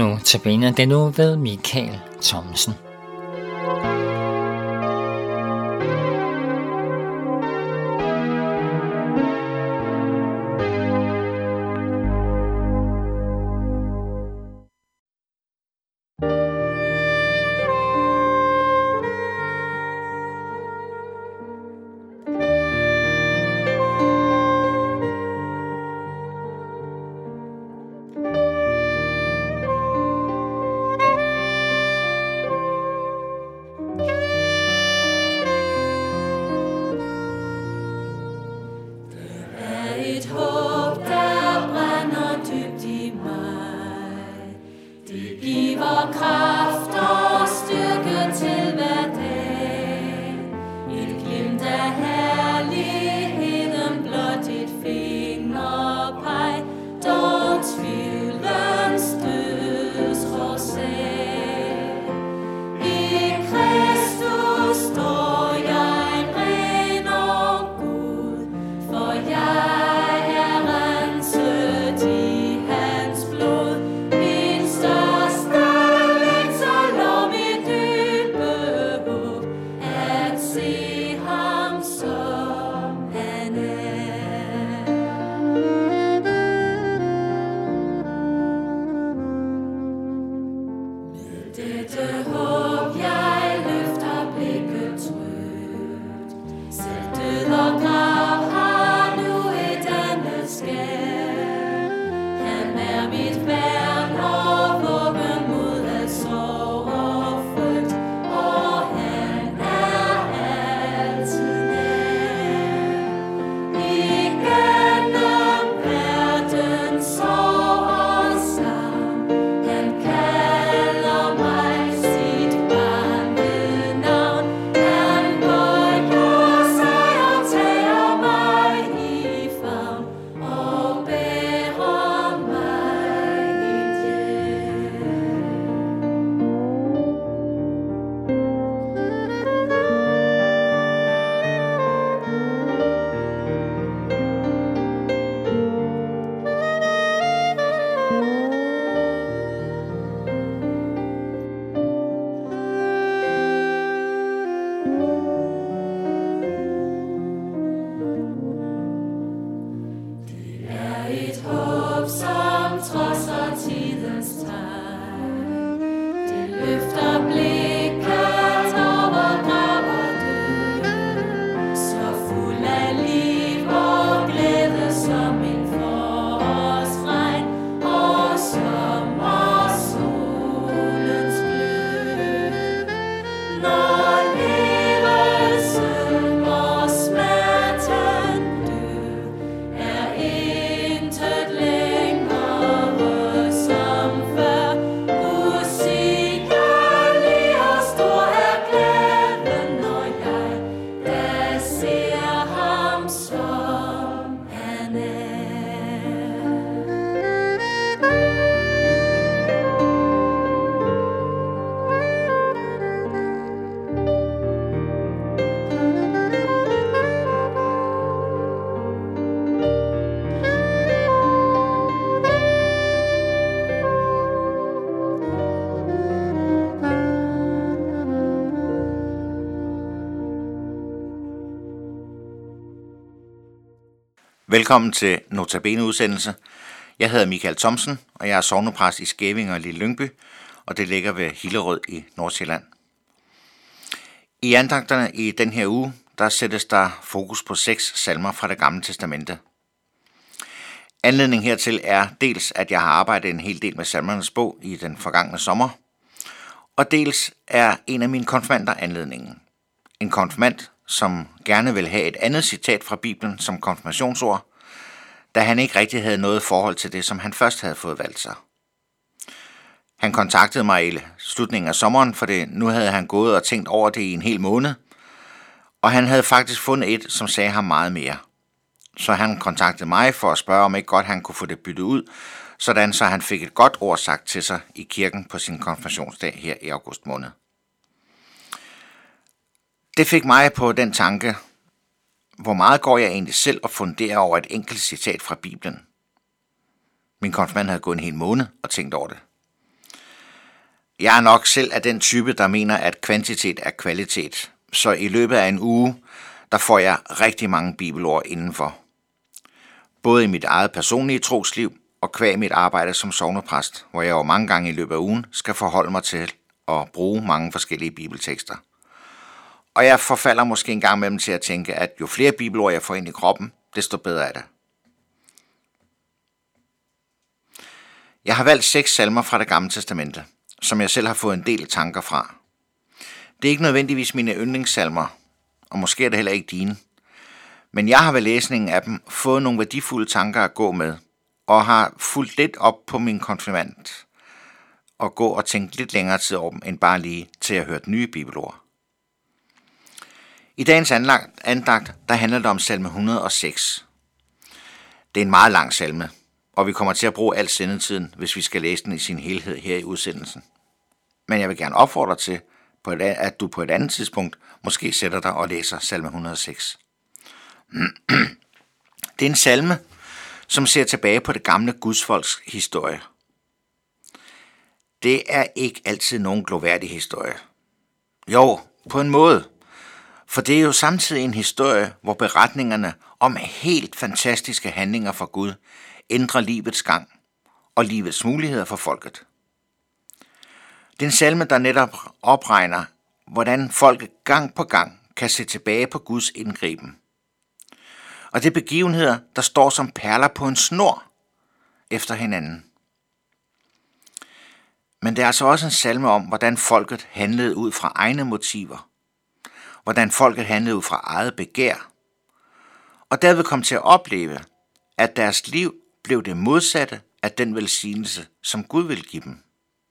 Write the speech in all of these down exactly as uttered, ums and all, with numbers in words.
Notabene den nu ved Michael Thomsen. Kraft og styrke til hver dag. Et glimt af herligheden, blot et fingerpeg, dog tvivlens dødsårsag. I Kristus står jeg ren og god, for jeg er renset i hans blod. Min største længsel og mit dybe håb, at se ham som han er. Med dette håb jeg løfter blikket trygt. Selv død og grav har nu et andet skær. Han er mit værn og våben mod al sorg og frygt, og han er altid nær. Igennem verdens sorg og savn, han kalder mig sit barn ved navn. Han bøjer sig og tager mig i favn og bærer mig hjem. Det er et håb, som trodser tidens tegn. Det løfter blikket over grav og død, så fuld af liv og glæde som en forårsregn og sommersolens glød. Når levelsen og smerten død, er intet længere som før. Usigelig og stor er glæden, når jeg da ser ham som han er. Velkommen til Notabene-udsendelse. Jeg hedder Michael Thomsen, og jeg er sognepræst i Skævinge og Lille Lyngby, og det ligger ved Hillerød i Nordsjælland. I andagterne i den her uge, der sættes der fokus på seks salmer fra Det Gamle Testamente. Anledningen hertil er dels, at jeg har arbejdet en hel del med salmernes bog i den forgangne sommer, og dels er en af mine konfirmander anledningen. En konfirmand, som gerne vil have et andet citat fra Bibelen som konfirmationsord, da han ikke rigtig havde noget forhold til det, som han først havde fået valgt sig. Han kontaktede mig i slutningen af sommeren, for det, nu havde han gået og tænkt over det i en hel måned, og han havde faktisk fundet et, som sagde ham meget mere. Så han kontaktede mig for at spørge, om ikke godt han kunne få det byttet ud, sådan så han fik et godt ord sagt til sig i kirken på sin konfirmationsdag her i august måned. Det fik mig på den tanke, hvor meget går jeg egentlig selv og funderer over et enkelt citat fra Bibelen. Min konfirmand havde gået en hel måned og tænkt over det. Jeg er nok selv af den type, der mener, at kvantitet er kvalitet. Så i løbet af en uge, der får jeg rigtig mange bibelord indenfor. Både i mit eget personlige trosliv og kvæg mit arbejde som sognepræst, hvor jeg jo mange gange i løbet af ugen skal forholde mig til at bruge mange forskellige bibeltekster. Og jeg forfalder måske en gang imellem til at tænke, at jo flere bibelord jeg får ind i kroppen, desto bedre er det. Jeg har valgt seks salmer fra Det Gamle Testamente, som jeg selv har fået en del tanker fra. Det er ikke nødvendigvis mine yndlingssalmer, og måske er det heller ikke dine. Men jeg har ved læsningen af dem fået nogle værdifulde tanker at gå med, og har fulgt lidt op på min konfirmand, og gå og tænke lidt længere tid over dem, end bare lige til at høre nye bibelord. I dagens andagt, der handler det om salme et hundrede og seks. Det er en meget lang salme, og vi kommer til at bruge al sendetiden, hvis vi skal læse den i sin helhed her i udsendelsen. Men jeg vil gerne opfordre til, at du på et andet tidspunkt måske sætter dig og læser salme et hundrede og seks. Det er en salme, som ser tilbage på det gamle gudsfolks historie. Det er ikke altid nogen gloværdig historie. Jo, på en måde. For det er jo samtidig en historie, hvor beretningerne om helt fantastiske handlinger fra Gud ændrer livets gang og livets muligheder for folket. Det er en salme, der netop opregner, hvordan folket gang på gang kan se tilbage på Guds indgriben. Og det er begivenheder, der står som perler på en snor efter hinanden. Men det er altså også en salme om, hvordan folket handlede ud fra egne motiver. Hvordan folket handlede ud fra eget begær. Og derved kom til at opleve, at deres liv blev det modsatte af den velsignelse, som Gud ville give dem.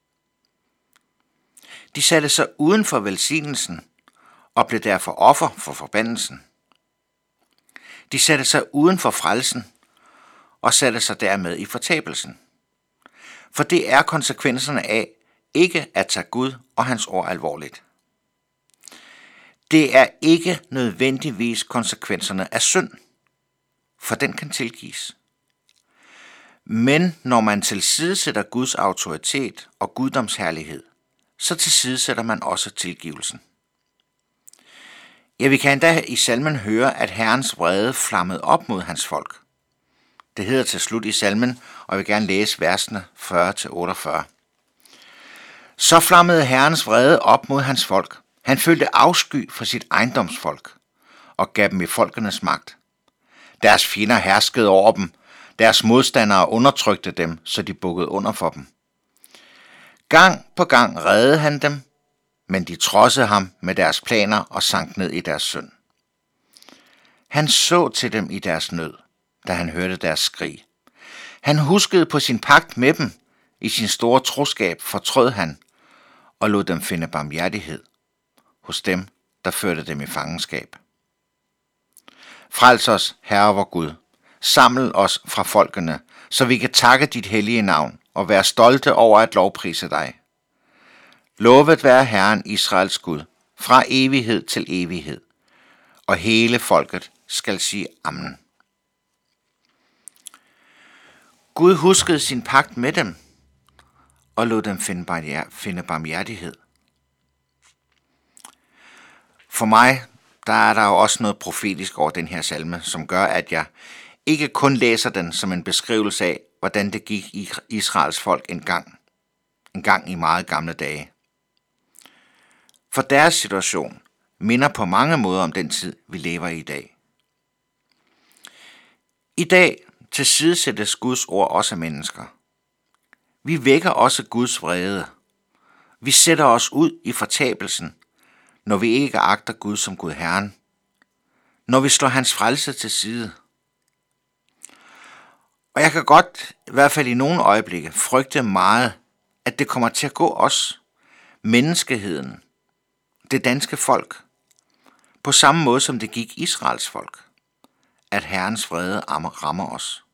De satte sig uden for velsignelsen og blev derfor offer for forbandelsen. De satte sig uden for frelsen og satte sig dermed i fortabelsen. For det er konsekvenserne af ikke at tage Gud og hans ord alvorligt. Det er ikke nødvendigvis konsekvenserne af synd, for den kan tilgives. Men når man tilsidesætter Guds autoritet og guddomsherlighed, så tilsidesætter man også tilgivelsen. Ja, vi kan endda i salmen høre, at Herrens vrede flammede op mod hans folk. Det hedder til slut i salmen, og jeg vil gerne læse versene fyrre til otteogfyrre. Så flammede Herrens vrede op mod hans folk. Han følte afsky for sit ejendomsfolk og gav dem i folkenes magt. Deres fjender herskede over dem. Deres modstandere undertrykte dem, så de bukkede under for dem. Gang på gang reddede han dem, men de trodsede ham med deres planer og sank ned i deres synd. Han så til dem i deres nød, da han hørte deres skrig. Han huskede på sin pagt med dem. I sin store troskab fortrød han og lod dem finde barmhjertighed hos dem, der førte dem i fangenskab. Frels os, Herre vor Gud. Saml os fra folkene, så vi kan takke dit hellige navn og være stolte over at lovprise dig. Lovet være Herren Israels Gud, fra evighed til evighed, og hele folket skal sige amen. Gud huskede sin pagt med dem, og lod dem finde barmhjertighed. For mig, der er der jo også noget profetisk over den her salme, som gør, at jeg ikke kun læser den som en beskrivelse af, hvordan det gik i Israels folk en gang, en gang i meget gamle dage. For deres situation minder på mange måder om den tid, vi lever i i dag. I dag tilsidesættes Guds ord også af mennesker. Vi vækker også Guds vrede. Vi sætter os ud i fortabelsen, når vi ikke agter Gud som Gud Herren. Når vi slår hans frelse til side. Og jeg kan godt, i hvert fald i nogle øjeblikke, frygte meget, at det kommer til at gå os, menneskeheden, det danske folk, på samme måde som det gik Israels folk, at Herrens vrede rammer os.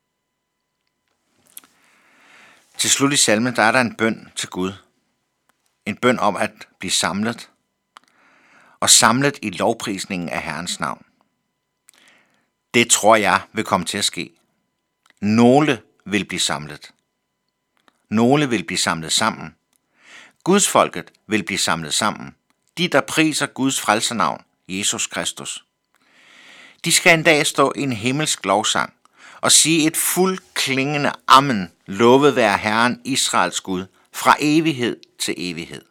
Til slut i salmen, der er der en bøn til Gud. En bøn om at blive samlet, og samlet i lovprisningen af Herrens navn. Det tror jeg vil komme til at ske. Nogle vil blive samlet. Nogle vil blive samlet sammen. Guds folket vil blive samlet sammen. De, der priser Guds frelsernavn, Jesus Kristus. De skal en dag stå i en himmelsk lovsang og sige et fuldklingende amen, lovet være Herren Israels Gud, fra evighed til evighed.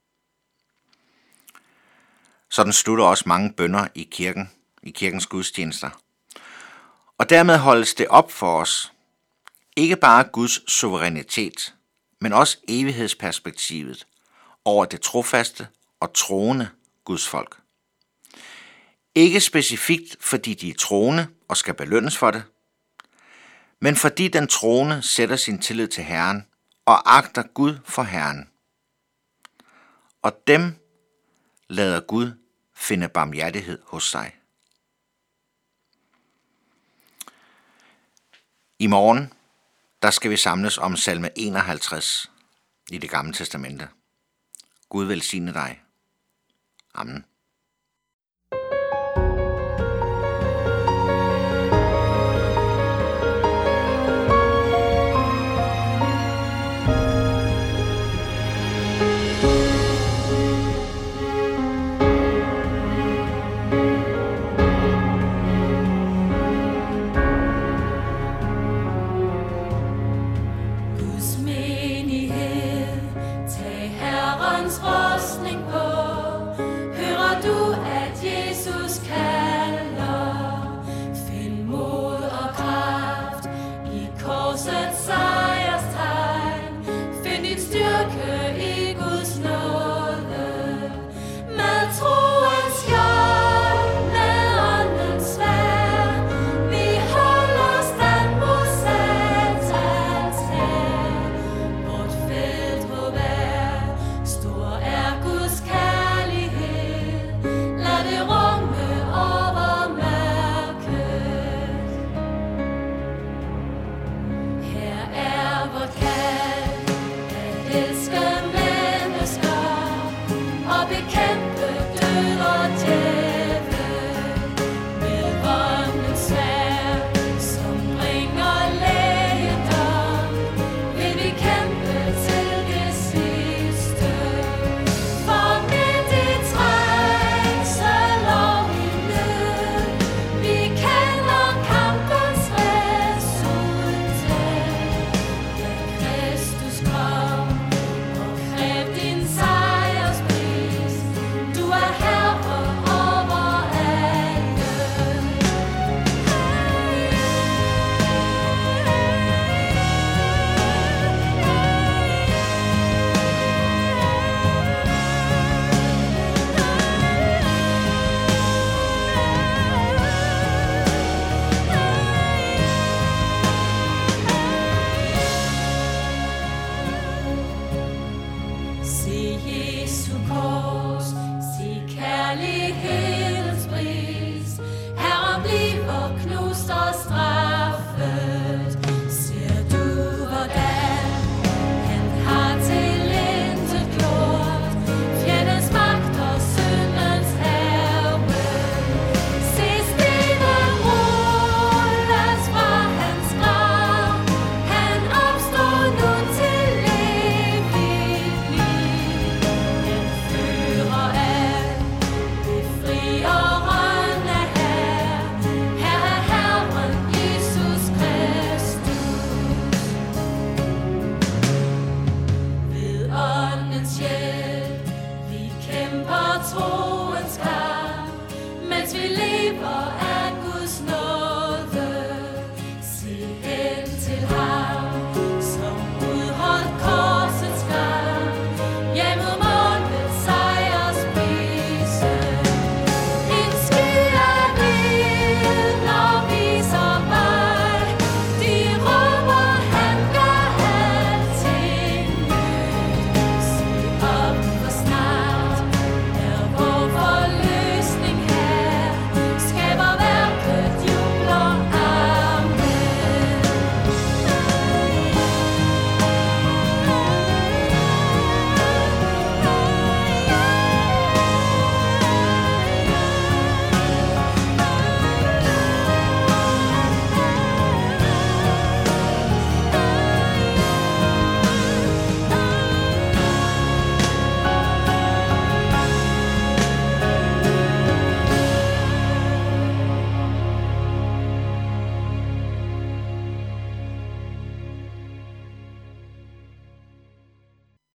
Sådan slutter også mange bønner i kirken, i kirkens gudstjenester. Og dermed holdes det op for os, ikke bare Guds suverænitet, men også evighedsperspektivet over det trofaste og troende Guds folk. Ikke specifikt fordi de er troende og skal belønnes for det, men fordi den troende sætter sin tillid til Herren og agter Gud for Herren. Og dem lader Gud finde barmhjertighed hos sig. I morgen, der skal vi samles om salme enoghalvtreds i Det Gamle Testamente. Gud velsigne dig. Amen.